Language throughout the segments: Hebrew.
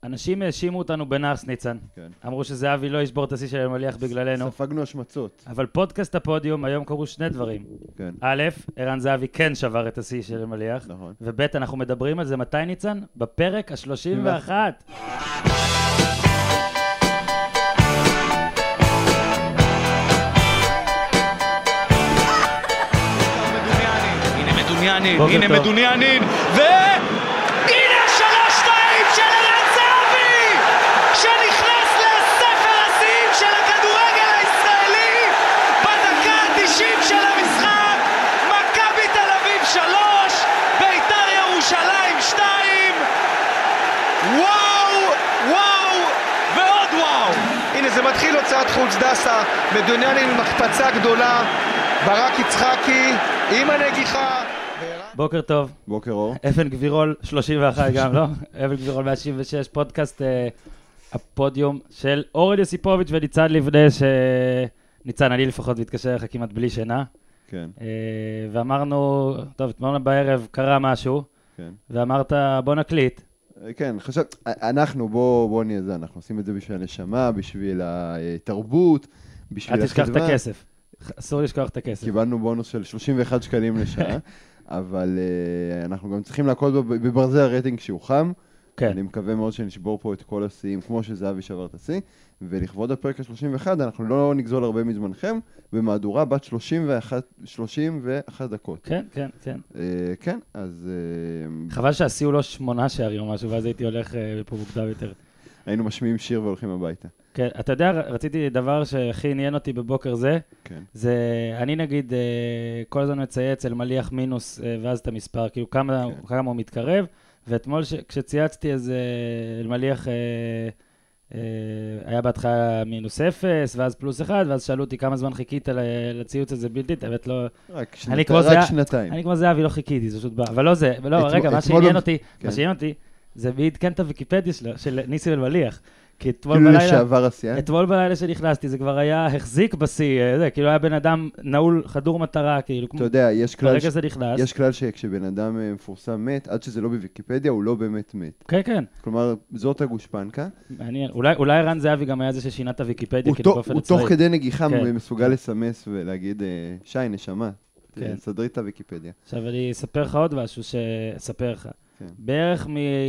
אנשים האשימו אותנו בנארס, ניצן. כן. אמרו שזהבי לא ישבור את השיא של אלמליח בגללנו. ספגנו השמצות. אבל פודקאסט הפודיום, היום קרו שני דברים. כן. א', ערן זהבי כן שבר את השיא של אלמליח. נכון. וב', אנחנו מדברים על זה מתי, ניצן? בפרק ה-31. הנה מדוניאנין, והנה 3-2 של ערן זהבי, שנכנס לספר השיאים של הכדורגל הישראלי, בדקה ה-90 של המשחק, מכבי תל אביב 3, בית"ר ירושלים 2, וואו, וואו, ועוד וואו. הנה זה מתחיל הוצאת חוץ דסה, מדוניאנין עם הקפצה גדולה, ברק יצחקי עם הנגיחה. בוקר טוב. בוקר אור. אבן גבירול 31 גם, לא? אבן גבירול 176, פודקאסט הפודיום של אורן יוסיפוביץ' וניצן לבנה, ניצן, אני לפחות מתקשר לך כמעט בלי שינה. כן. ואמרנו, טוב, אתמול בערב קרה משהו, כן. ואמרת בוא נקליט. כן, אנחנו, בוא נהיה זה, אנחנו עושים את זה בשביל הנשמה, בשביל התרבות, בשביל אל תשכח את הכסף. אסור לשכוח את הכסף. קיבלנו בונוס של 31 שקלים לשעה. אבל אנחנו גם צריכים להקות בברזי הרייטינג שהוא חם. כן. אני מקווה מאוד שנשבור פה את כל השיאים, כמו שזהבי שבר את השיא. ולכבוד הפרק ה-31, אנחנו לא נגזול הרבה מזמנכם, במהדורה בת 31 דקות. כן, כן, כן. כן, אז... חבל שהשיא הוא לא 8 שערים או משהו, ואז הייתי הולך פה מוקדם יותר. היינו משמיעים שיר והולכים הביתה. כן, אתה יודע, רציתי דבר שהכי עניין אותי בבוקר זה, כן. זה, אני נגיד, כל הזמן מצייץ אל מליח מינוס, ואז את המספר, כאילו כמה הוא מתקרב, ואתמול כשצייצתי אז אל מליח היה בהתחלה מינוס 0, ואז פלוס 1, ואז שאלו אותי כמה זמן חיכית לציוץ הזה בלתי, באמת לא... רק שנתיים. אני כמו זהבי לא חיכיתי, זה פשוט בא, אבל לא זה, לא, רגע, מה שעניין אותי, זה בעדכן את הוויקיפדיה של ניסים אל מליח. כי אתמול בלילה שנכנסתי, זה כבר היה החזיק בשיא, כאילו היה בן אדם נעול חדור מטרה, כאילו, אתה יודע, יש כלל שכשבן אדם מפורסם מת, עד שזה לא בוויקיפדיה, הוא לא באמת מת. כן, כן. כלומר, זאת הגושפנקה. מעניין, אולי ערן זהבי גם היה זה ששינה את הוויקיפדיה, כאילו באופן הוא תוך כדי נגיחה מסוגל לסמס ולהגיד, שי, נשמה, סדרי את הוויקיפדיה. עכשיו אני אספר לך עוד משהו שאספר לך. בערך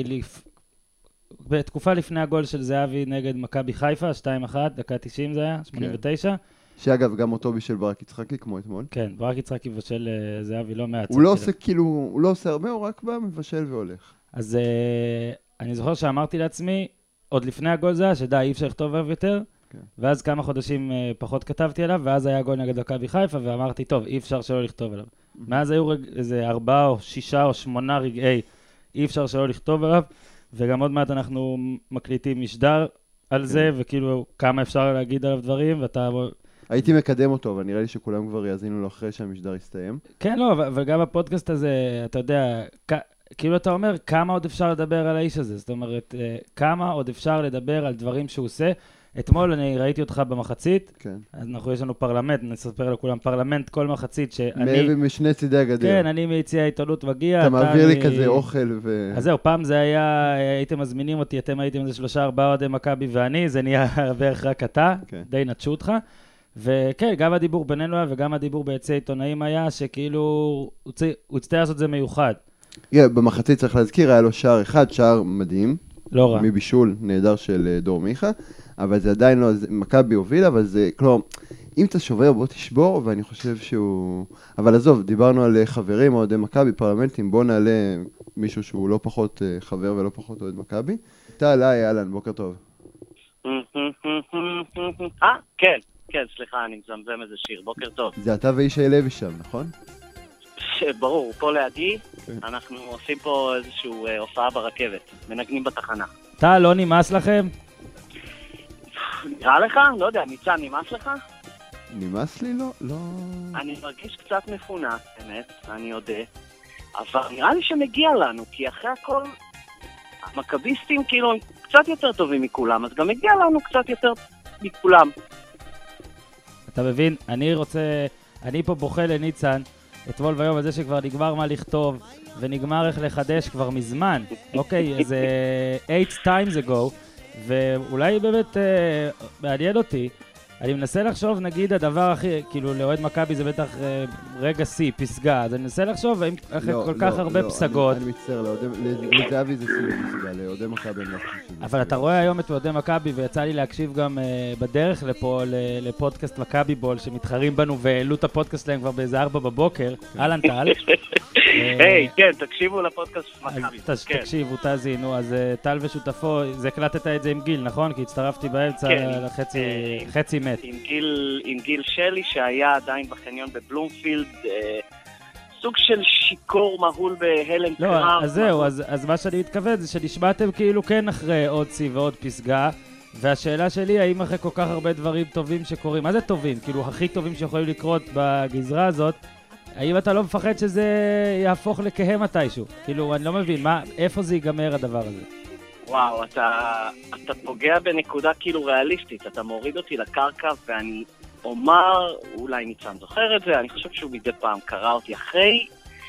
בתקופה לפני הגול של זהבי נגד מכבי חיפה, 2-1, דקה 90 זה היה, 89. שאגב, גם אותו בשל ברק יצחקי, כמו אתמול. כן, ברק יצחקי בשל זהבי לא מעט. הוא לא עושה כאילו, הוא לא עושה הרבה, הוא רק בא, מבשל והולך. אז אני זוכר שאמרתי לעצמי, עוד לפני הגול זה היה, שדי, אי אפשר לכתוב עליו יותר, ואז כמה חודשים פחות כתבתי עליו, ואז היה גול נגד מכבי חיפה, ואמרתי, טוב, אי אפשר שלא לכתוב עליו. מאז היו איזה 4 או 6 או 8 רגעי, אי אפשר שלא לכתוב עליו, וגם עוד מעט אנחנו מקליטים משדר על זה, וכאילו כמה אפשר להגיד עליו דברים, ואתה... הייתי מקדם אותו, אבל נראה לי שכולם כבר יאזינו לו אחרי שהמשדר יסתיים. כן, לא, אבל גם הפודקאסט הזה, אתה יודע, כאילו אתה אומר, כמה עוד אפשר לדבר על האיש הזה? זאת אומרת, כמה עוד אפשר לדבר על דברים שהוא עושה? אתמול אני ראיתי אותך במחצית, כן. אז יש לנו פרלמנט, נספר לכולם פרלמנט כל מחצית שאני... משני צידי הגדר. כן, אני מיציע העיתונות מגיע. אתה מעביר לי כזה אוכל ו... אז זהו, פעם זה היה, הייתם מזמינים אותי, אתם הייתם איזה 3-4 אוהדי מכבי ואני, זה נהיה בערך רק אתה, די נטשו אותך. וכן, גם הדיבור בינינו היה וגם הדיבור ביציע עיתונאים היה, שכאילו הוא הצטער לעשות זה מיוחד. במחצית צריך להזכיר, היה לו שער אחד, שער מדהים. לא רע. מבישול נהדר של דור מיכה. אבל זה עדיין לא, מכבי הובילה, אבל זה, כלומר, אם אתה שובר, בוא תשבור, ואני חושב שהוא... אבל עזוב, דיברנו על חברים, אוהדי מכבי, פרלמנטים, בוא נעלה מישהו שהוא לא פחות חבר ולא פחות אוהד מכבי. תעלה, אהלן, בוקר טוב. כן, סליחה, אני מזמזם איזה שיר, בוקר טוב. זה אתה ואישי לוי שם, נכון? ברור, פה לידי, אנחנו עושים פה איזשהו הופעה ברכבת, מנגנים בתחנה. אתה לא נמאס לכם? נראה לך? לא יודע, ניצן, נמאס לך? נמאס לי? לא. אני מרגיש קצת מפונה, באמת, אני יודע. אבל נראה לי שמגיע לנו, כי אחרי הכל, המכביסטים כאילו הם קצת יותר טובים מכולם, אז גם מגיע לנו קצת יותר מכולם. אתה מבין? אני פה בוכה לניצן, אתמול והיום על זה שכבר נגמר מה לכתוב, ונגמר איך לחדש כבר מזמן, אוקיי, איזה 8 times ago, ואולי באמת מעניין אותי, אני מנסה לחשוב, נגיד, הדבר הכי, כאילו, לאוהד מכבי זה בטח רגע C, פסגה, אז אני מנסה לחשוב, האם אחרי כל כך הרבה פסגות... אני מצטער, לזהבי זה סוג פסגה, לאוהדי מכבי אני לא חושב שזה... אבל אתה רואה היום את אוהדי מכבי, ויצא לי להקשיב גם בדרך לפה, לפודקאסט מכבי בול, שמתחרים בנו, והעלו את הפודקאסט להם כבר באיזה 4 בבוקר, אהלן טל. היי, כן, תקשיבו לפודקאסט מכבי. תקשיבו, תאזינו, אז טל ושותפו, זה הקלטת את זה עם גיל, נכון? כי הצטרפתי באמצע לחצי מת. עם גיל שלי שהיה עדיין בחניון בבלומפילד, סוג של שיקור מהול בהלם קרב. לא, אז זהו, אז מה שאני מתכוון זה שנשמעתם כאילו כן אחרי עוד C ועוד פסגה, והשאלה שלי, האם אחרי כל כך הרבה דברים טובים שקורים, מה זה טובים? כאילו הכי טובים שיכולים לקרות בגזרה הזאת, האם אתה לא מפחד שזה יהפוך לכהה מתישהו? כאילו, אני לא מבין, איפה זה ייגמר הדבר הזה? וואו, אתה פוגע בנקודה כאילו ריאליסטית, אתה מוריד אותי לקרקע ואני אומר, אולי ניצן זוכר את זה, אני חושב שהוא מדי פעם קרא אותי אחרי,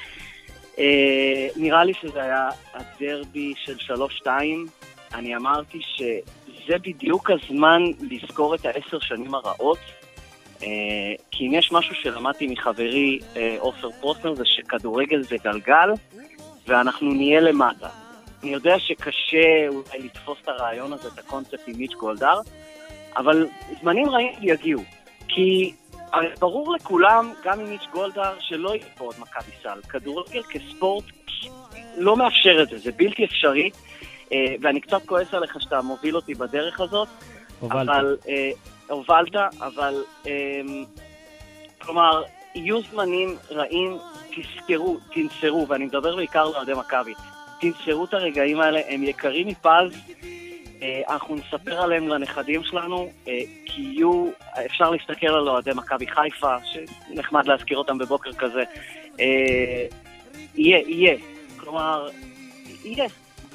נראה לי שזה היה הדרבי של 3-2, אני אמרתי שזה בדיוק הזמן לזכור את 10 שנים הרעות, כי אם יש משהו שלמדתי מחברי עופר פרוסנר זה שכדורגל זה גלגל ואנחנו נהיה למטה. אני יודע שקשה אולי לתפוס את הרעיון הזה, את הקונספט עם מיץ' גולדהר, אבל זמנים רעים יגיעו. כי ברור לכולם, גם עם מיץ' גולדהר, שלא יהיה פה עוד מכבי סל. כדורגל כספורט לא מאפשר את זה, זה בלתי אפשרי, ואני קצת כועס עליך שאתה מוביל אותי בדרך הזאת. הובלת, אבל כלומר, יהיו זמנים רעים, תנצרו, ואני מדבר בעיקר לאוהדי מכבי. תנצרו את הרגעים האלה, הם יקרים מפז, אנחנו נספר עליהם לנכדים שלנו, כי אפשר להסתכל על אוהדי מכבי חיפה, שנחמד להזכיר אותם בבוקר כזה, יהיה, כלומר, יהיה,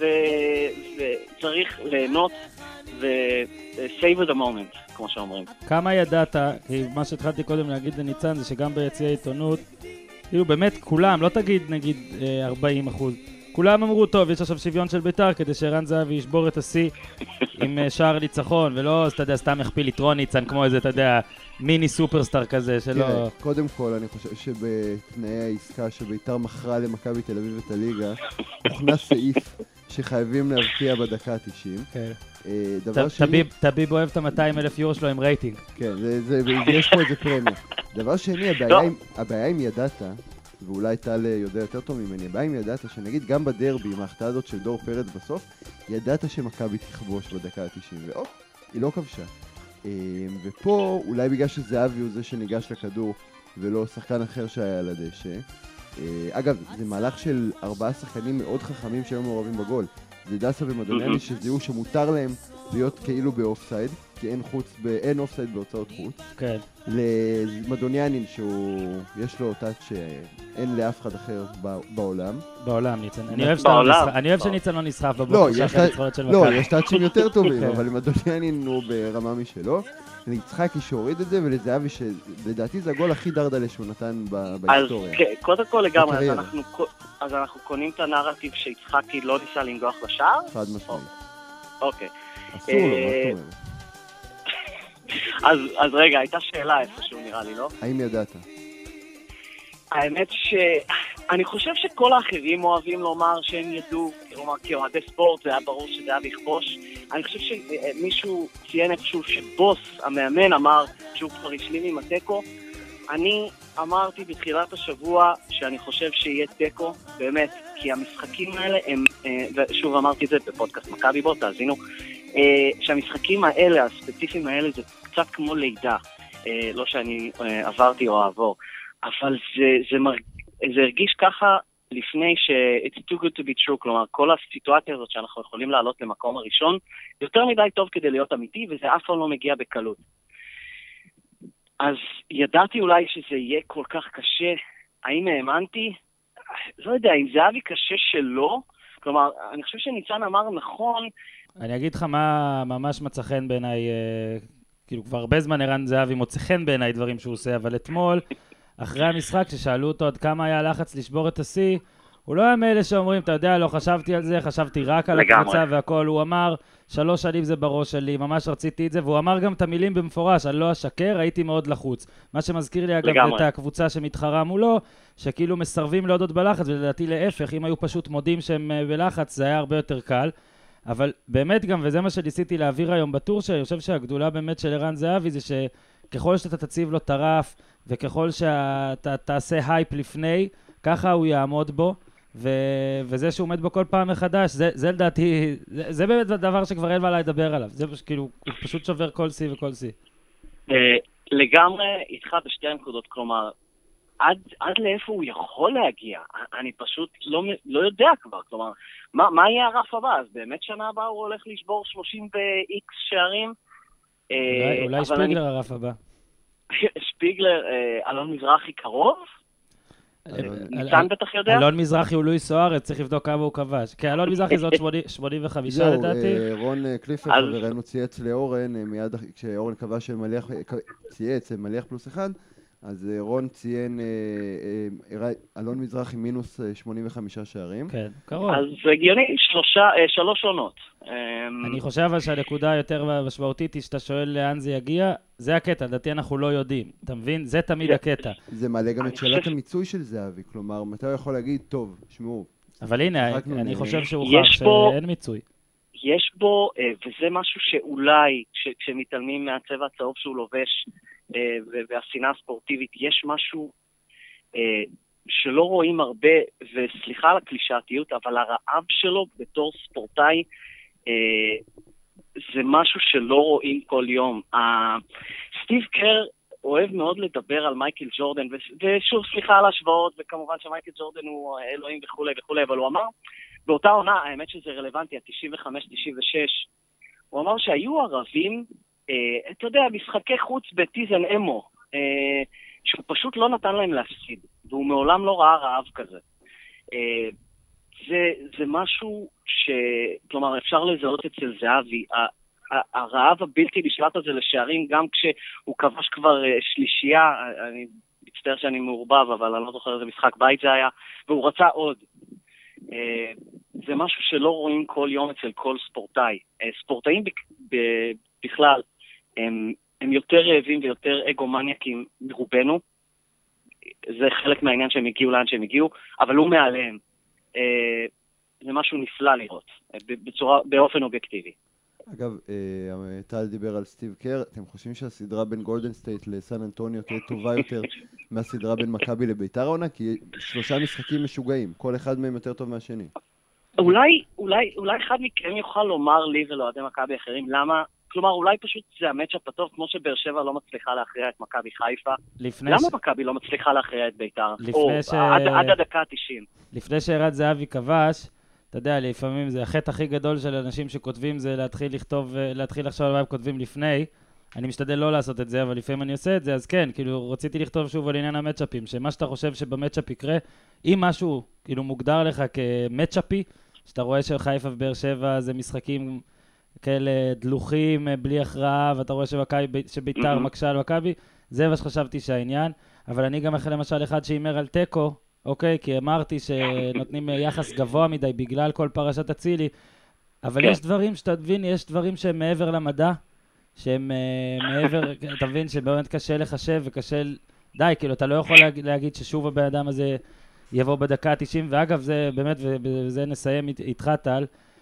וצריך ליהנות, ו-save the moment, כמו שאומרים. כמה ידעת, כי מה שהתחלתי קודם להגיד לניצן, זה שגם ביציע העיתונות, כאילו באמת כולם, לא תגיד נגיד 40%, כולם אמרו, טוב, יש עכשיו שוויון של בית"ר כדי שערן זהבי ישבור את השיא עם שער ניצחון, ולא, אתה יודע, סתם יכפיל יתרון ניצן כמו איזה, אתה יודע, מיני סופרסטאר כזה, שלא... תראה, קודם כל, אני חושב שבתנאי העסקה שבית"ר מכרה למכבי תל אביב את הליגה, הוכנס סעיף שחייבים להבקיע בדקה ה-90. כן. דבר שני... טביב אוהב את ה-200,000 יורו שלו עם רייטינג. כן, יש פה איזה פרמיה. דבר שני, הבעיה אם ידעת, ואולי טל יודע יותר טוב ממני, הבעיה אם ידעת שנגיד גם בדרבי, עם ההחטאה הזאת של דור פרץ בסוף, ידעת שמכבי תכבוש בדקה ה-90, ואופ, היא לא כבשה. ופה, אולי בגלל שזהבי הוא זה שניגש לכדור, ולא שחקן אחר שהיה על הדשא. אגב, זה מהלך של 4 שחקנים מאוד חכמים שהיו מעורבים בגול. זה דסה ומדוניאני שזיהו שמותר להם להיות כאילו באופסייד, כי אין אופסייד בהוצאות חוץ. כן. למדוניאנין יש לו טאץ' שאין לאף אחד אחר בעולם. בעולם, ניצן. אני אוהב שניצן לא נסחף בבוקר שאחרי הניצחונות של מכבי. לא, יש טאצ'ים יותר טובים, אבל למדוניאנין הוא ברמה משלו. ליצחקי שהוריד את זה, ולזהבי שלדעתי זה הגול הכי דרדלה שהוא נתן בהיסטוריה. אז קודם כל לגמרי, אז אנחנו קונים את הנרטיב שיצחקי לא ניסה לנגוח לשער? חד משמעית. אוקיי. אסור לו, מה זאת אומרת? אז רגע, הייתה שאלה איפשהו נראה לי, לא? האם ידעת? האמת שאני חושב שכל האחרים אוהבים לומר שהם ידעו, כלומר כאוהדי ספורט זה היה ברור שזה היה לכבוש. אני חושב שמישהו ציין איפשהו שבוס המאמן אמר שהוא כבר השלים עם הטקו. אני אמרתי בתחילת השבוע שאני חושב שיהיה טקו, באמת, כי המשחקים האלה הם, ושוב אמרתי את זה בפודקאסט מכבי בו, תאזינו, שהמשחקים האלה, הספציפיים האלה, זה קצת כמו לידה, לא שאני עברתי או אעבור, אבל זה הרגיש ככה לפני ש-it's too good to be true, כלומר כל הסיטואציה הזאת שאנחנו יכולים לעלות למקום הראשון, יותר מדי טוב כדי להיות אמיתי, וזה אף פעם לא מגיע בקלות. אז ידעתי אולי שזה יהיה כל כך קשה, האם האמנתי? לא יודע, אם זהבי קשה שלא, כלומר, אני חושב שניצן אמר נכון. אני אגיד לך מה ממש מצא חן בעיניי, כאילו כבר הרבה זמן ערן זהבי מוצא חן בעיניי דברים שהוא עושה, אבל אתמול אחרי המשחק, כששאלו אותו עד כמה היה לחץ לשבור את השיא, הוא לא היה מאלה שאומרים, אתה יודע, לא חשבתי על זה, חשבתי רק על הקבוצה והכל, הוא אמר, 3 שנים זה בראש שלי, ממש רציתי את זה, והוא אמר גם את המילים במפורש, אני לא אשקר, הייתי מאוד לחוץ. מה שמזכיר לי אגב את הקבוצה שמתחרה מולו, שכאילו מסרבים להודות בלחץ, ולדעתי להפך, אם היו פשוט מודים שהם בלחץ, זה היה הרבה יותר קל. אבל באמת גם, וזה מה שניסיתי להעביר היום בטור, שאני חושב שהגדולה באמת של ערן זהבי, זה שככל שאתה תציב לו טרף, וככל שאתה תעשה הייפ לפני, ככה הוא יעמוד בו. וזה שהוא עומד בו כל פעם מחדש, זה לדעתי, זה באמת הדבר שכבר אין מה לדבר עליו. זה כאילו, הוא פשוט שובר כל שיא וכל שיא. לגמרי איתך בשתי הנקודות, כלומר, עד לאיפה הוא יכול להגיע? אני פשוט לא יודע כבר, כלומר, מה יהיה הרף הבא? אז באמת שנה הבאה הוא הולך לשבור 30 ב-X שערים? אולי שפיגלר הרף הבא. שפיגלר, אלון מזרחי קרוב? ניצן בטח יודע? אלון מזרחי הוא לואיס סוארץ, צריך לבדוק כמה הוא כבש. כי אלון מזרחי זה עוד 85 לדעתי. רון קליפר חברנו צייץ לאורן, מיד כשאורן קבע צייץ מליח +1, אז רון ציין אלון מזרחי מינוס 85 שערים. כן, קרוב. אז הגיוני 3 עונות. אני חושב אבל שהנקודה היותר משמעותית היא שאתה שואל לאן זה יגיע, זה הקטע, לדעתי אנחנו לא יודעים, אתה מבין? זה תמיד הקטע. זה מעלה גם את שאלת המיצוי של זהבי, כלומר, מתי הוא יכול להגיד, טוב, שמעו. אבל הנה, אני חושב שהוא הוכח שאין מיצוי. יש בו, וזה משהו שאולי, כשמתעלמים מהצבע הצהוב שהוא לובש, והשנאה הספורטיבית, יש משהו שלא רואים הרבה, וסליחה על הקלישאתיות, אבל הרעב שלו בתור ספורטאי, זה משהו שלא רואים כל יום. סטיב קר אוהב מאוד לדבר על מייקל ג'ורדן, ושוב סליחה על השוואות, וכמובן שמייקל ג'ורדן הוא אלוהים וכולי וכולי, אבל הוא אמר, באותה עונה, האמת שזה רלוונטי, ה-95-96, הוא אמר שהיו ערבים, אתה יודע, משחקי חוץ בטיזן אמו, שהוא פשוט לא נתן להם להפסיד, והוא מעולם לא ראה רעב כזה. זה משהו כלומר, אפשר לזהות אצל זהבי, הרעב הבלתי נשלט הזה לשערים, גם כשהוא כבש כבר שלישייה, אני מצטער שאני מעורבב, אבל אני לא זוכר איזה משחק בית זה היה, והוא רצה עוד. זה משהו שלא רואים כל יום אצל כל ספורטאי. ספורטאים בכלל, הם יותר רעבים ויותר אגומניאקים מרובנו. זה חלק מהעניין שהם הגיעו לאן שהם הגיעו, אבל הוא מעליהם. זה משהו נפלא לראות, באופן אובייקטיבי. אגב, טל דיבר על סטיב קר, אתם חושבים שהסדרה בין גולדן סטייט לסן אנטוניו תהיה טובה יותר מהסדרה בין מכבי לביתר העונה? כי 3 משחקים משוגעים, כל אחד מהם יותר טוב מהשני. אולי אחד מכם יוכל לומר לי ולאוהדי מכבי אחרים, למה? כלומר, אולי פשוט זה המאצ'אפ הטוב, כמו שבאר שבע לא מצליחה להכריע את מכבי חיפה. למה מכבי לא מצליחה להכריע את ביתר? עד הדקה 90. לפני שערן זהבי כבש, אתה יודע, לפעמים זה החטא הכי גדול של אנשים שכותבים, זה להתחיל לחשוב על מה הם כותבים לפני. אני משתדל לא לעשות את זה, אבל לפעמים אני עושה את זה, אז כן, כאילו, רציתי לכתוב שוב על עניין המאצ'אפים, שמה שאתה חושב שבמאצ'אפ יקרה, אם משהו, כאילו, מוגדר לך כמאצ'אפי, שאתה רואה שחיפה ובאר שבע זה משחקים כאלה דלוחים, בלי הכרעה, ואתה רואה שביתר מקשה על מכבי, זה מה שחשבתי שהעניין, אבל אני גם למשל אחד שאימר על טקו, אוקיי, כי אמרתי שנותנים יחס גבוה מדי בגלל כל פרשת הצילי, אבל יש דברים שאתה מבין, יש דברים שהם מעבר למדע, שהם מעבר, אתה מבין שבאמת קשה לחשב וקשה, די, כאילו אתה לא יכול להגיד ששוב הבן אדם הזה יבוא בדקה 90, ואגב זה באמת, וזה נסיים איתך טל,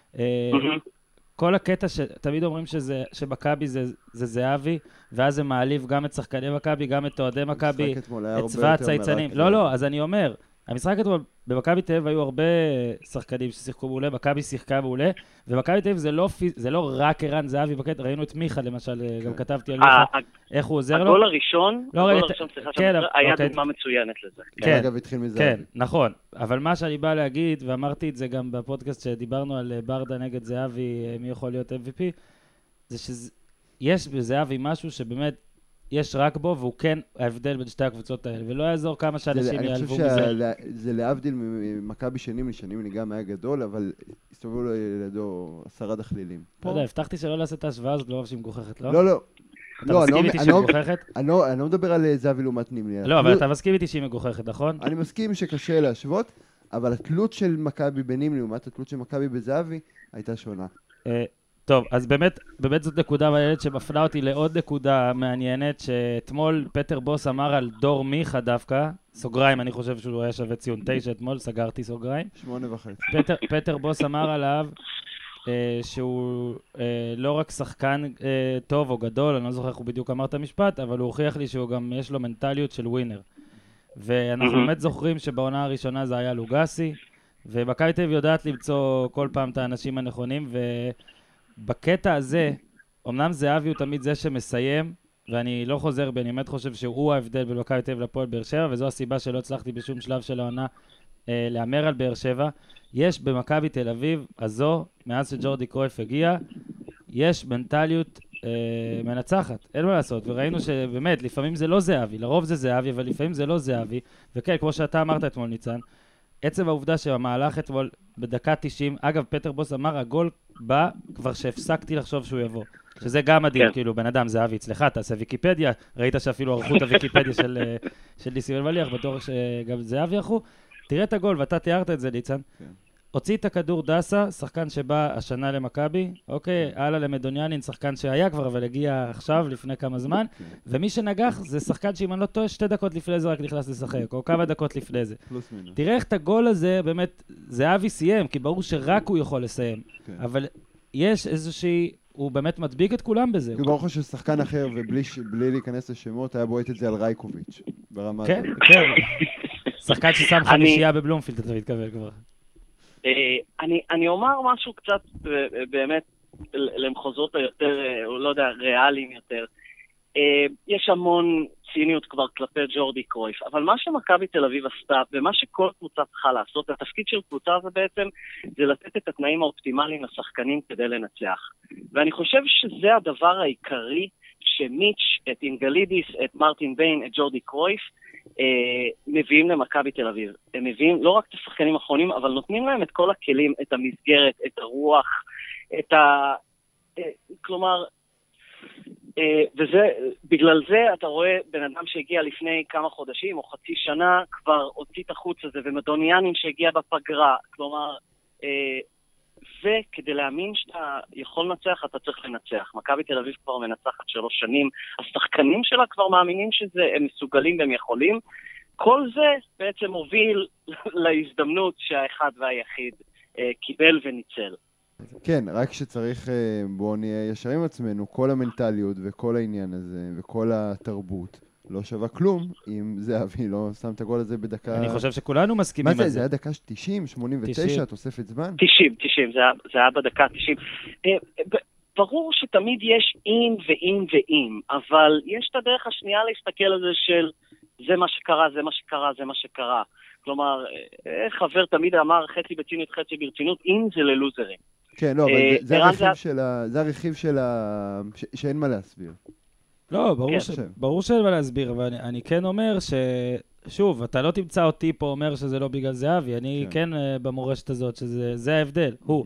כל הקטע שתמיד אומרים שמכבי זה זהבי, ואז זה מעליב גם את שחקני מכבי, גם את אוהדי מכבי, את צבא הצייצנים. לא, אז אני אומר, המשחק אתמול, במכבי תל אביב היו הרבה שחקנים ששיחקו מעולה, מכבי שיחקה מעולה, ומכבי תל אביב זה לא רק ערן זהבי בקטע, ראינו את מיכה למשל, גם כתבתי על מיכה, איך הוא עוזר לו. הגול הראשון, היה דוגמה מצוינת לזה. כן, אגב התחיל מזהבי. כן, נכון, אבל מה שאני בא להגיד, ואמרתי את זה גם בפודקאסט שדיברנו על ברדה נגד זהבי, מי יכול להיות MVP, זה שיש בזהבי משהו שבאמת יש רק בו, והוא כן ההבדל בין שתי הקבוצות האלה, ולא יעזור כמה שאנשים יעלבו מזה. אני חושב שזה להבדיל ממכבי שנים לשנים, אני גם היה גדול, אבל הסתובבו לו לידו 10 דחלילים. לא יודע, הבטחתי שלא לעשות את ההשוואה הזאת, לא אוהב שהיא מגוחכת, לא? לא. אתה מסכים איתי שהיא מגוחכת? אני לא מדבר על זהבי לעומת נימני. לא, אבל אתה מסכים איתי שהיא מגוחכת, נכון? אני מסכים שקשה להשוות, אבל התלות של מכבי בנימני לעומת התלות של מכבי בזהבי הייתה שונה. טוב, אז באמת זאת נקודה מעניינת שמפנה אותי לעוד נקודה מעניינת, שאתמול פטר בוס אמר על דור מיכה דווקא, סוגריים, אני חושב שהוא היה שווה ציון 9 אתמול, סגרתי סוגריים. 8.5. פטר בוס אמר עליו שהוא לא רק שחקן טוב או גדול, אני לא זוכר איך הוא בדיוק אמר את המשפט, אבל הוא הוכיח לי שהוא גם יש לו מנטליות של ווינר. ואנחנו באמת זוכרים שבעונה הראשונה זה היה לוגסי, ומכבי תל אביב יודעת למצוא כל פעם את האנשים הנכונים, ובקטע הזה, אמנם זהבי הוא תמיד זה שמסיים, ואני לא חוזר בי, אני באמת חושב שהוא ההבדל בין מכבי תל אביב לפועל באר שבע, וזו הסיבה שלא הצלחתי בשום שלב של העונה לאמר על באר שבע. יש במכבי תל אביב הזו, מאז שג'ורדי קרויף הגיע, יש מנטליות מנצחת, אין מה לעשות, וראינו שבאמת, לפעמים זה לא זהבי, לרוב זה זהבי, אבל לפעמים זה לא זהבי, וכן, כמו שאתה אמרת אתמול ניצן, עצם העובדה שהמהלך אתמול בדקה 90, אגב, פטר בוס אמר, הגול בא כבר שהפסקתי לחשוב שהוא יבוא, שזה גם מדהים, כאילו, בן אדם, זהבי, אצלך, תעשה ויקיפדיה, ראית שאפילו ערכו את הוויקיפדיה של ניסים אלמליח, בטוח שגם זהבי ערכו, תראה את הגול, ואתה תיארת את זה, ניצן, הוציא את הכדור דסה, שחקן שבא השנה למכבי, אוקיי, הלאה למדוניאנין, שחקן שהיה כבר, אבל הגיע עכשיו, לפני כמה זמן, ומי שנגח זה שחקן שאם אני לא טועה, 2 דקות לפני זה רק נכנס לשחק, או כמה דקות לפני זה. תראה איך את הגול הזה, באמת, זהבי סיים, כי ברור שרק הוא יכול לסיים, אבל יש איזושהי, הוא באמת מדביק את כולם בזה. כי ברור ששחקן אחר, ובלי להיכנס לשמות, היה בועט את זה על רייקוביץ', ברמה הזאת. כן, שחקן ששם 5 בבלומפילד, אתה מתכוון כבר. אני אומר משהו קצת באמת למחוזות היותר, לא יודע, ריאליים יותר. יש המון ציניות כבר כלפי ג'ורדי קרויף, אבל מה שמכבי תל אביב עשתה, ומה שכל קבוצה צריכה לעשות, התפקיד של קבוצה זה בעצם, זה לתת את התנאים האופטימליים לשחקנים כדי לנצח. ואני חושב שזה הדבר העיקרי שמיץ', את אינגלידיס, את מרטין ביין, את ג'ורדי קרויף, מביאים למכבי תל אביב. הם מביאים לא רק את השחקנים האחרונים, אבל נותנים להם את כל הכלים, את המסגרת, את הרוח, כלומר, וזה, בגלל זה אתה רואה בן אדם שהגיע לפני כמה חודשים או חצי שנה, כבר הוציא את החוץ הזה, ומדוניאנין שהגיע בפגרה, כלומר, וכדי להאמין שאתה יכול לנצח, אתה צריך לנצח. מכבי תל אביב כבר מנצחת 3 שנים, השחקנים שלה כבר מאמינים שהם מסוגלים והם יכולים. כל זה בעצם הוביל להזדמנות שהאחד והיחיד קיבל וניצל. כן, רק שצריך, בואו נהיה ישרים עצמנו, כל המנטליות וכל העניין הזה וכל התרבות לא שווה כלום אם זהבי לא שם את הגול הזה בדקה... אני חושב שכולנו מסכימים על זה. מה זה? זה היה דקה 90, 89, תוספת זמן? 90, זה היה בדקה 90. ברור שתמיד יש אם ואם ואם, אבל יש את הדרך השנייה להסתכל על זה של זה מה שקרה, זה מה שקרה, זה מה שקרה. כלומר, חבר תמיד אמר חצי בציניות, חצי ברצינות, אם זה ללוזרים. כן, לא, אבל זה הרכיב שאין מה להסביר. לא, ברור שאין מה להסביר, אבל אני כן אומר שוב, אתה לא תמצא אותי פה אומר שזה לא בגלל זהבי, אני כן במורשת הזאת, שזה ההבדל, הוא.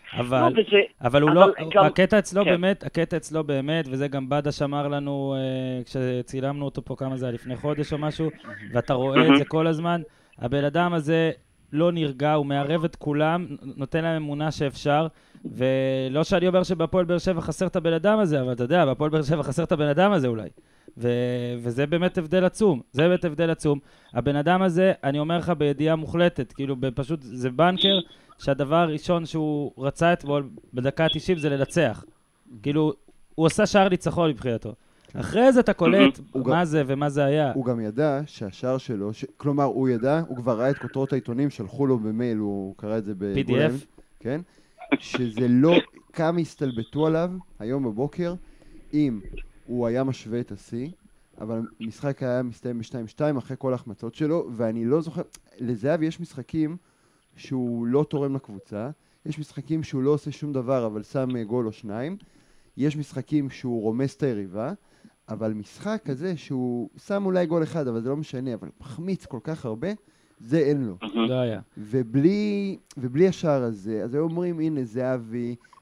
אבל הוא לא, הקטע אצלו באמת, וזה גם בדה שמר לנו כשצילמנו אותו פה כמה זה היה לפני חודש או משהו, ואתה רואה את זה כל הזמן, הבן אדם הזה לא נרגע, הוא מערב את כולם, נותן להם אמונה שאפשר, ולא שאני אומר שבפועל באר שבע חסר את הבן אדם הזה, אבל אתה יודע, בפועל באר שבע חסר את הבן אדם הזה אולי. וזה באמת הבדל עצום, הבן אדם הזה, אני אומר לך בידיעה מוחלטת, כאילו פשוט זה בנקר, שהדבר הראשון שהוא רצה אתמול בדקה 90 זה לנצח. כאילו, הוא עשה שער ניצחון מבחינתו. אחרי זה אתה קולט מה זה ומה זה היה. הוא גם ידע שהשער שלו, כלומר הוא ידע, הוא כבר ראה את כותרות העיתונים, שלחו לו במייל, הוא קרא את זה בגולם, כן? שזה לא, כמה הסתלבטו עליו היום בבוקר, אם הוא היה משווה את השיא, אבל המשחק היה מסתיים ב-2-2 אחרי כל ההחמצות שלו, ואני לא זוכר, לזהב יש משחקים שהוא לא תורם לקבוצה, יש משחקים שהוא לא עושה שום דבר, אבל שם גול או 2, יש משחקים שהוא רומס את היריבה, אבל משחק כזה שהוא שם אולי גול אחד, אבל זה לא משנה, אבל מחמיץ כל כך הרבה, זה אין לו. לא היה. ובלי השער הזה, אז היו אומרים, הנה זהבי,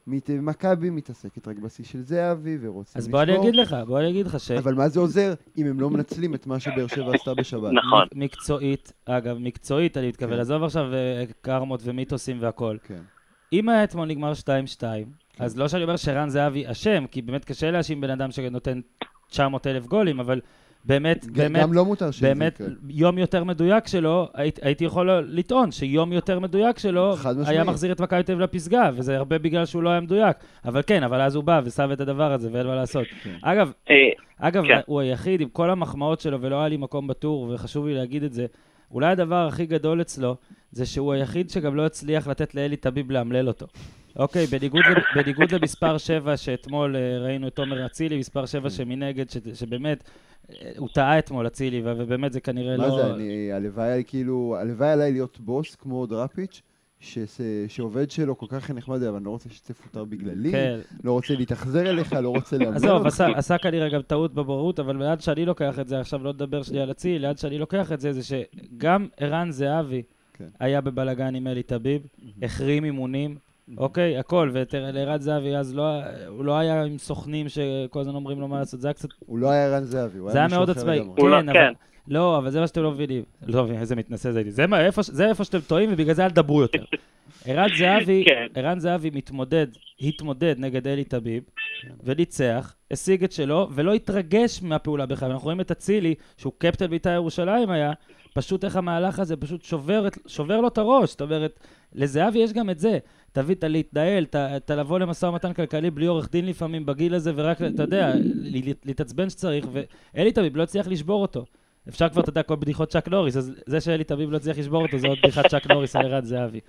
מכבי מתעסקת רק בשיא של זהבי ורוצים אז לשבור. בוא אני אגיד לך ש... אבל מה זה עוזר אם הם לא מנצלים את מה שבאר שבע עשתה בשבת? נכון. מקצועית, אני מתכוון, כן. עזוב עכשיו קרמות ומיתוסים והכל. כן. אם היה אתמול נגמר 2-2, אז לא שאני אומר שרן זהבי אשם, כי באמת קשה להאשים בן אדם שנותן 900,000 גולים, אבל באמת, גם לא מותר שזה באמת, יקרה. יום יותר מדויק שלו, הייתי יכול לטעון שיום יותר מדויק שלו חד משמעית. היה מחזיר את מכבי תל אביב לפסגה, וזה הרבה בגלל שהוא לא היה מדויק. אבל כן, אבל אז הוא בא ושם את הדבר הזה, ואין מה לעשות. אגב, כן. הוא היחיד עם כל המחמאות שלו, ולא היה לי מקום בטור, וחשוב לי להגיד את זה, אולי הדבר הכי גדול אצלו, זה שהוא היחיד שגם לא הצליח לתת לאלי טביב לאמלל אותו. אוקיי, בניגוד למספר 7 שאתמול ראינו את תומר אצילי, מספר 7 שמנגד, שבאמת הוא טעה אתמול אצילי, ובאמת זה כנראה לא... מה זה, הלוואי עליי להיות בוס כמו דראפיץ', שעובד שלו כל כך נחמד, אבל אני לא רוצה שתפוטר בגללי, לא רוצה להתאכזר אליך, לא רוצה לאמלל אותך. עזוב, עשה כנראה גם טעות בבורות, אבל ליד שאני לוקח את זה, עכשיו לא לדבר שלי על אצילי, ליד שאני לוקח את זה, זה שגם ערן זהבי היה בבלגן עם אלי טביב, החרים אימונים, אוקיי, הכל, ולערן זהבי אז הוא לא היה עם סוכנים שכל הזמן אומרים לו מה לעשות, זה היה קצת... הוא לא היה ערן זהבי, הוא זה היה היה מאוד מישהו אחר עצמאי, לגמרי. כן, אבל... לא, אבל זה מה שאתם לא מבינים. לא מבינים, איזה מתנסה זה. זה איפה שאתם טועים, ובגלל זה אל תדברו יותר. ערן זהבי התמודד נגד אלי טביב, וניצח, השיג את שלו, ולא התרגש מהפעולה בכלל. אנחנו רואים את אצילי, שהוא קפטן בית"ר ירושלים היה, פשוט איך המהלך הזה פשוט שובר לו את הראש. זאת אומרת, לזהבי יש גם את זה. תביא את להתנהל, אתה לבוא למשא ומתן כלכלי בלי עורך דין לפעמים בגיל הזה, ורק, אתה יודע, להתעצבן שצריך, ואלי טביב לא הצליח לשבור אותו. אפשר כבר, אתה יודע, כל בדיחות צ'ק נוריס, אז זה שאלי טביב לא צריך לשבור אותו, זה עוד בדיחת צ'ק נוריס על ערן זהבי.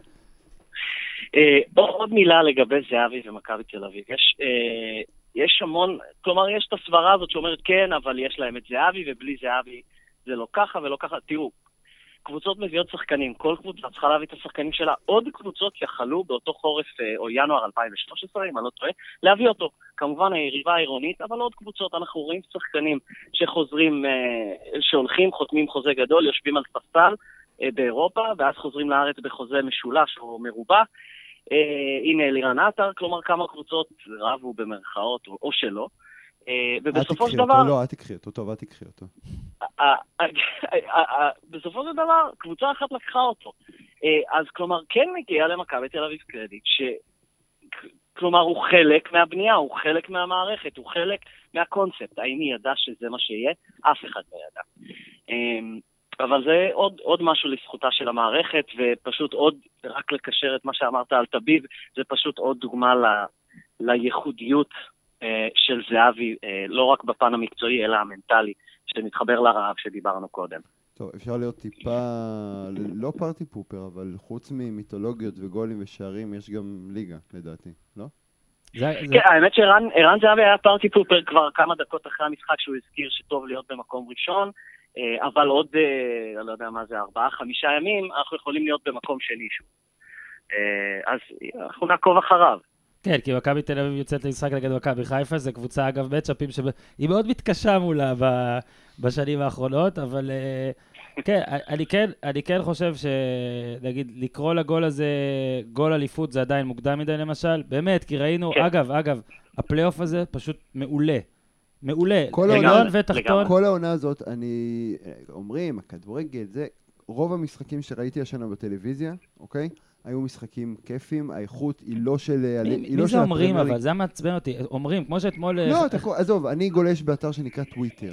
עוד מילה לגבי זהבי ומכבי תל אביב. יש המון, כלומר, יש את הסברה הזאת שאומרת כן, אבל יש להם את זהבי, ובלי זהבי זה לא ככה ולא ככה. תראו, קבוצות מביאות שחקנים, כל קבוצה צריכה להביא את השחקנים שלה. עוד קבוצות יכלו באותו חורף או ינואר 2013, אם אני לא טועה, להביא אותו. כמובן היריבה העירונית, אבל עוד קבוצות, אנחנו רואים שחקנים שחוזרים, שהולכים, חותמים חוזה גדול, יושבים על ספסל באירופה, ואז חוזרים לארץ בחוזה משולש או מרובע. הנה אלירן עטר, כלומר כמה קבוצות רבו במרכאות או שלא. ובסופו של דבר... לא, אל תקחי אותו, טוב, אל תקחי אותו. בסופו של דבר, קבוצה אחת לקחה אותו. אז כלומר, כן מגיע למכבי תל אביב קרדיט, כלומר, הוא חלק מהבנייה, הוא חלק מהמערכת, הוא חלק מהקונספט. האם היא ידעה שזה מה שיהיה? אף אחד לא ידע. אבל זה עוד משהו לזכותה של המערכת, ופשוט עוד, רק לקשר את מה שאמרת על טביב, זה פשוט עוד דוגמה לייחודיות של זהבי, לא רק בפן המקצועי, אלא המנטלי, שמתחבר לרעב שדיברנו קודם. טוב, אפשר להיות טיפה, לא פארטי פופר, אבל חוץ ממיתולוגיות וגולים ושערים, יש גם ליגה, לדעתי, לא? כן, האמת שערן זהבי היה פארטי פופר כבר כמה דקות אחרי המשחק, שהוא הזכיר שטוב להיות במקום ראשון, אבל עוד, אני לא יודע מה זה, 4-5 ימים, אנחנו יכולים להיות במקום שני שוב. אז אנחנו נעקוב אחריו. כן, כי מכבי תל אביב יוצאת למשחק נגד מכבי חיפה, זה קבוצה אגב מצ'אפים שהיא מאוד מתקשה מולה בשנים האחרונות, אבל כן, אני כן חושב שנגיד לקרוא לגול הזה גול אליפות זה עדיין מוקדם מדי למשל, באמת, כי ראינו, אגב, הפלייאוף הזה פשוט מעולה. מעולה, עליון ותחתון. כל העונה הזאת, אומרים, הכדורגל, זה רוב המשחקים שראיתי השנה בטלוויזיה, אוקיי? היו משחקים כיפים, האיכות היא לא של... מי זה אומרים אבל? זה מעצבן אותי. אומרים, כמו שאתמול... לא, עזוב, אני גולש באתר שנקרא טוויטר.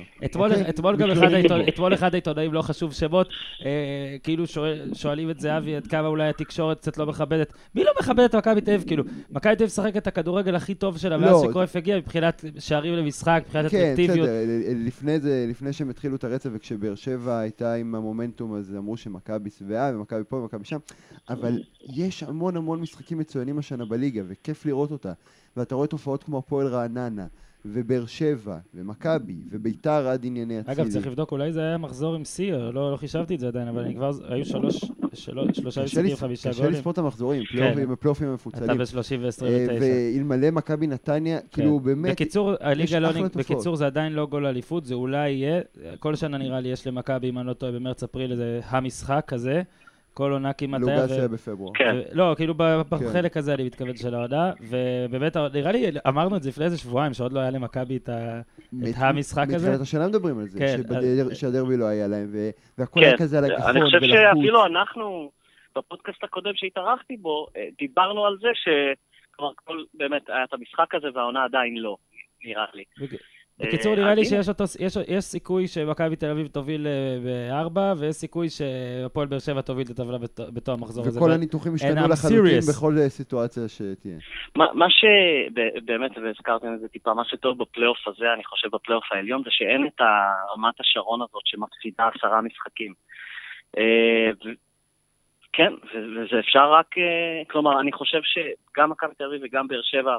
אתמול אחד העיתונאים לא חשוב שמות, כאילו שואלים את זהבי עד כמה אולי התקשורת קצת לא מכבדת. מי לא מכבד את מכבי תל אביב? כאילו, מכבי תל אביב שחק את הכדורגל הכי טוב שלה, ואז שקרויף הגיע מבחינת שערים למשחק, מבחינת אטרקטיביות. כן, בסדר, לפני שהם התחילו את הרצף, וכשבאר שבע הייתה עם המומנטום, אז אמרו שמכבי שבעה, ומכבי פה ומכבי שם, אבל יש המון משחקים מצוינים השנה בליגה, וכיף לראות אותה. ואתה רואה תופעות כמו הפועל רעננה, ובאר שבע, ומכבי, וביתר עד ענייני אצילי. אגב, צריך לבדוק, אולי זה היה מחזור עם שיא, לא חישבתי את זה עדיין, אבל כבר היו שלושה משחקים, 5 גולים. קשה לספור את המחזורים, הפלייאופים המפוצלים. אתה ב-30 ו-29. ואלמלא מכבי נתניה, כאילו באמת, בקיצור, בקיצור זה עדיין לא גול אליפות, זה אולי יהיה, כל שנה נראה לי יש למכבי, אם אני לא טועה, במרץ אפריל, איזה המשחק כזה, כל עונה כמעט היה. לוגס היה בפברואר. כן. לא, כאילו בחלק הזה אני מתכוון של העונה, ובאמת, נראה לי, אמרנו את זה לפני איזה שבועיים, שעוד לא היה למכבי את המשחק הזה. מתחילת השנה מדברים על זה, שהדרבי לא היה להם, והכל כן. היה כזה על הגיחון אני חושב ולחוץ. שאפילו אנחנו, בפודקאסט הקודם שהתארחתי בו, דיברנו על זה שכבר באמת היה את המשחק הזה והעונה עדיין לא, נראה לי. בקיצור, נראה לי שיש סיכוי שמכבי תל אביב תוביל ב-4, ויש סיכוי שהפועל באר שבע תוביל את הטבלה בתום המחזור הזה. וכל הניתוחים השתנו לחלוטין בכל סיטואציה שתהיה. מה שבאמת, והזכרתם את זה טיפה, מה שטוב בפלייאוף הזה, אני חושב בפלייאוף העליון, זה שאין את רמת השרון הזאת שמפסידה 10 משחקים. כן, וזה אפשר רק, כלומר, אני חושב שגם מכבי תל אביב וגם באר שבע,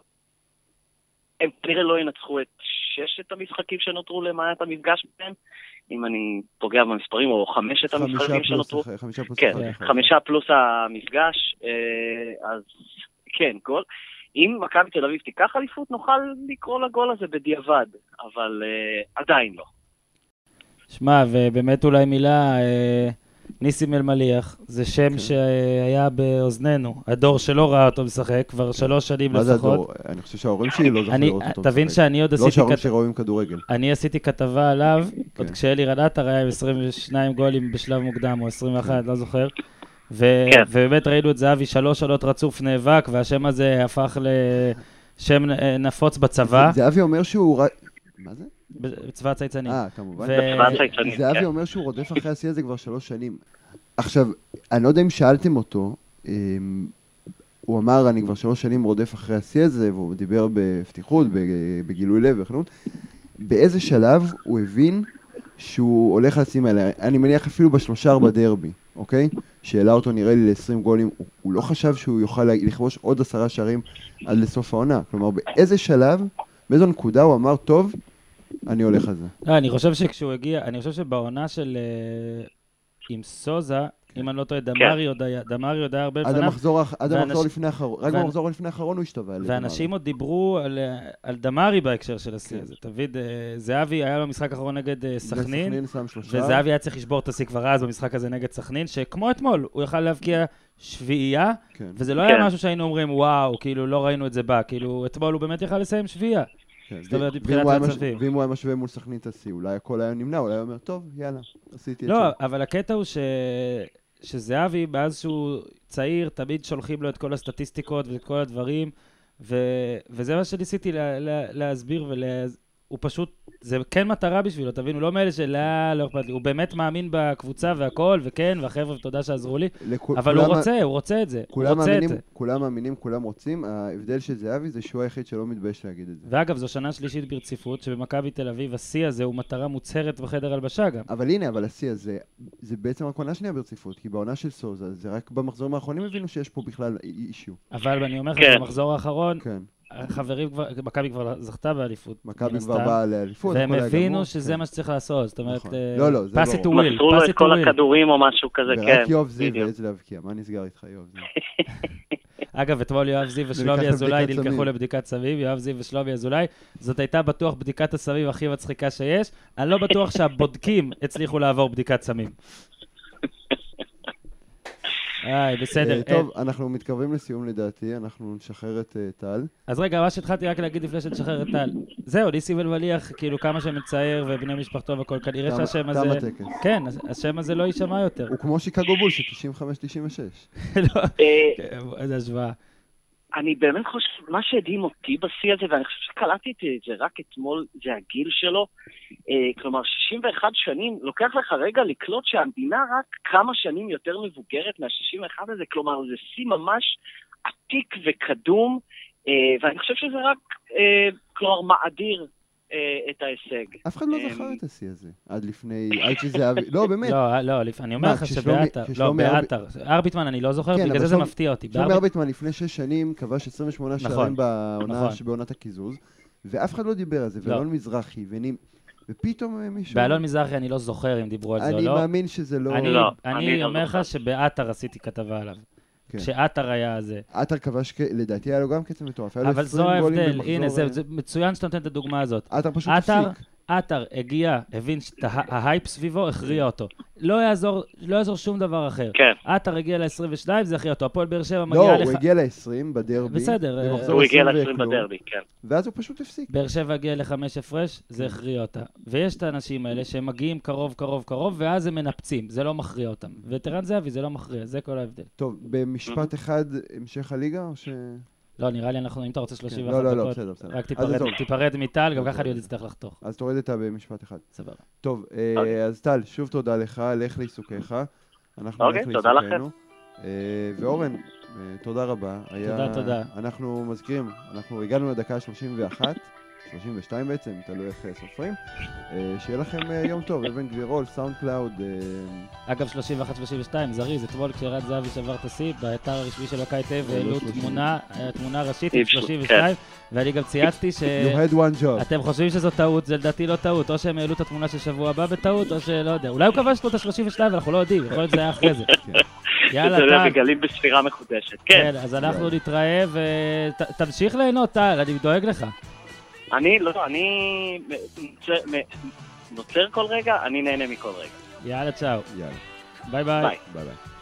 הם כנראה לא ינצחו את 6 המשחקים שנותרו למעט המפגש בהם, אם אני פוגע במספרים, או 5 המשחקים שנותרו. 5 פלוס כן, 5 פלוס המפגש, אז כן, גול. אם מכבי תל אביב תיקח אליפות, נוכל לקרוא לגול הזה בדיעבד, אבל עדיין לא. שמע, ובאמת אולי מילה, ניסים אלמליח, זה שם שהיה באוזננו, הדור שלא ראה אותו משחק, כבר 3 שנים לפחות. מה זה הדור? אני חושב שההורים שלי לא זוכרים לראות אותו משחק. תבין שאני עוד לא שההורים שלי רואים כדורגל. אני עשיתי כתבה עליו, עוד כשאלירן עטר היה עם 22 גולים בשלב מוקדם, או 21, לא זוכר. ובאמת ראינו את זהבי 3 שעות רצוף נאבק, והשם הזה הפך לשם נפוץ בצבא. זהבי אומר שהוא... מה זה? בצבא הצייצנים. כמובן. זהבי אומר שהוא רודף אחרי השיא הזה כבר 3 שנים. עכשיו, אני לא יודע אם שאלתם אותו, הוא אמר, אני כבר 3 שנים רודף אחרי השיא הזה, והוא דיבר בפתיחות, בגילוי לב וכנות. באיזה שלב הוא הבין שהוא הולך לשים האלה? אני מניח אפילו ב3 בדרבי, אוקיי? שאלה אותו נראה לי ל-20 גולים, הוא לא חשב שהוא יוכל לכבוש עוד 10 שערים עד לסוף העונה. כלומר, באיזה שלב, באיזו נקודה הוא אמר, טוב, אני הולך על זה. אני חושב שכשהוא הגיע, אני חושב שבעונה של עם סוזה, אם אני לא טועה, דמרי עוד היה הרבה לפניו. עד המחזור לפני האחרון, רק במחזור לפני האחרון הוא השתווה. ואנשים עוד דיברו על דמרי בהקשר של השיא הזה. תמיד, זהבי היה לו משחק אחרון נגד סכנין, וזהבי היה צריך לשבור את השיא כבר אז במשחק הזה נגד סכנין, שכמו אתמול, הוא יכל להבקיע 7, וזה לא היה משהו שהיינו אומרים, וואו, כאילו לא ראינו את זה בה, כאילו אתמול הוא באמת יכל לסיים 7. ואם הוא היה משווה מול סכנין את השיא, אולי הכל היה נמנע, אולי הוא אומר, טוב, יאללה, עשיתי את זה. לא, אבל הקטע הוא שזהבי, מאז שהוא צעיר, תמיד שולחים לו את כל הסטטיסטיקות ואת כל הדברים, וזה מה שניסיתי להסביר, הוא פשוט, זה כן מטרה בשבילו, תבין, הוא לא מאלה לא אכפת לי, הוא באמת מאמין בקבוצה והכל, וכן, והחבר'ה, תודה שעזרו לי, אבל הוא רוצה את זה, כולם מאמינים, כולם רוצים, ההבדל של זהבי זה שהוא היחיד שלא מתבייש להגיד את זה. ואגב, זו שנה שלישית ברציפות, שבמכבי תל אביב, השיא הזה הוא מטרה מוצהרת בחדר הלבשה גם. אבל הנה, השיא הזה, זה בעצם רק עונה שנייה ברציפות, כי בעונה של סוזה, זה רק במחזורים האחרונים הבינו שיש פה בכלל אישיו. אבל אני אומר לך, במחזור האחרון, החברים כבר, מכבי כבר זכתה באליפות. מכבי כבר באה לאליפות. והם הבינו שזה מה שצריך לעשות. זאת אומרת, pass it to will. מסרו לו את כל הכדורים או משהו כזה, כן. ורק יואב זיו ועץ להבקיע. מה נסגר איתך, יואב זיו? אגב, אתמול יואב זיו ושלומי אזולאי נלקחו לבדיקת סמים. יואב זיו ושלומי אזולאי. זאת הייתה בטוח בדיקת הסמים הכי מצחיקה שיש. אני לא בטוח שהבודקים הצליחו לעבור בדיקת סמים. בסדר. טוב, אנחנו מתקרבים לסיום לדעתי, אנחנו נשחרר את טל. אז רגע, מה שהתחלתי רק להגיד לפני שנשחרר את טל. זהו, ניסים אלמליח, כאילו כמה שמצער ובני משפטו וכל, כנראה שהשם הזה... תם הטקס. כן, השם הזה לא יישמע יותר. הוא כמו שיקגו בול, ש-95-96. לא, איזה השוואה. אני באמת חושב, מה שהדהים אותי בשיא הזה, ואני חושב שקלטתי את זה רק אתמול, זה הגיל שלו. כלומר, 61 שנים, לוקח לך רגע לקלוט שהמדינה רק כמה שנים יותר מבוגרת מה-61 הזה, כלומר, זה שיא ממש עתיק וקדום, ואני חושב שזה רק, כלומר, מאדיר את ההישג. אף אחד לא זכר את השיא הזה, עד שזה... לא, באמת. לא, אני אומר לך שבאתר, לא, באתר. ארביטמן אני לא זוכר, בגלל זה מפתיע אותי. שלומי ארביטמן לפני 6 שנים כבש 28 שערים בעונת הקיזוז, ואף אחד לא דיבר על זה, ואלון מזרחי, ופתאום מישהו... באלון מזרחי אני לא זוכר אם דיברו על זה או לא. אני מאמין שזה לא... אני אומר לך שבאתר עשיתי כתבה עליו. כשאתר היה זה. אתר כבש, לדעתי היה לו גם קצב מטורף. אבל זו ההבדל, הנה, זה מצוין שאתה נותן את הדוגמה הזאת. אתר פשוט הפסיק. עטר הגיע, הבין שההייפ סביבו, הכריע אותו. לא יעזור שום דבר אחר. כן. עטר הגיע ל-22, זה הכריע אותו. הפועל באר שבע לא, מגיע לך... הוא הגיע ל-20 בדרבי. בסדר. הוא הגיע ל-20 בדרבי, כן. ואז הוא פשוט הפסיק. באר שבע הגיע ל5 הפרש, זה הכריע אותה. ויש את האנשים האלה שהם מגיעים קרוב, ואז הם מנפצים, זה לא מכריע אותם. וטרן זהבי זה לא מכריע, זה כל ההבדל. טוב, במשפט אחד, המשך הליגה או ש... לא, נראה לי אם אתה רוצה 31 לא, דקות, בסדר. רק תיפרד מטל, גם ככה אני עוד אצטרך לחתוך. אז תוריד אותה במשפט אחד. סבבה. טוב, אז טל, שוב תודה לך, לך לעיסוקיך. אנחנו אוקיי, תודה לכם. ואורן, תודה רבה. תודה. אנחנו מזכירים, אנחנו הגענו לדקה 31, 32 בעצם, תלוי איך סופרים. שיהיה לכם יום טוב, אבן גבירול, סאונד קלאוד. אגב, 31-32, זריז, אתמול כשרד זהבי שבר את השיא, באתר הרשמי של מכבי תל אביב העלו תמונה ראשית עם 32, ואני גם צייצתי ש... You had one job. אתם חושבים שזו טעות, זה לדעתי לא טעות, או שהם העלו את התמונה של שבוע הבא בטעות, או שלא יודע. אולי הוא כבש לו את ה-32, ואנחנו לא יודעים, יכול להיות זה היה אחרי זה. יאללה, טל. מגלים בספירה מחודשת, כן. אז אנחנו נתראה, ותמשיך ליהנות, טל, אני דואג לך. אני נוצר כל רגע, אני נהנה מכל רגע. יאללה, צ'או. יאללה. ביי ביי. ביי ביי.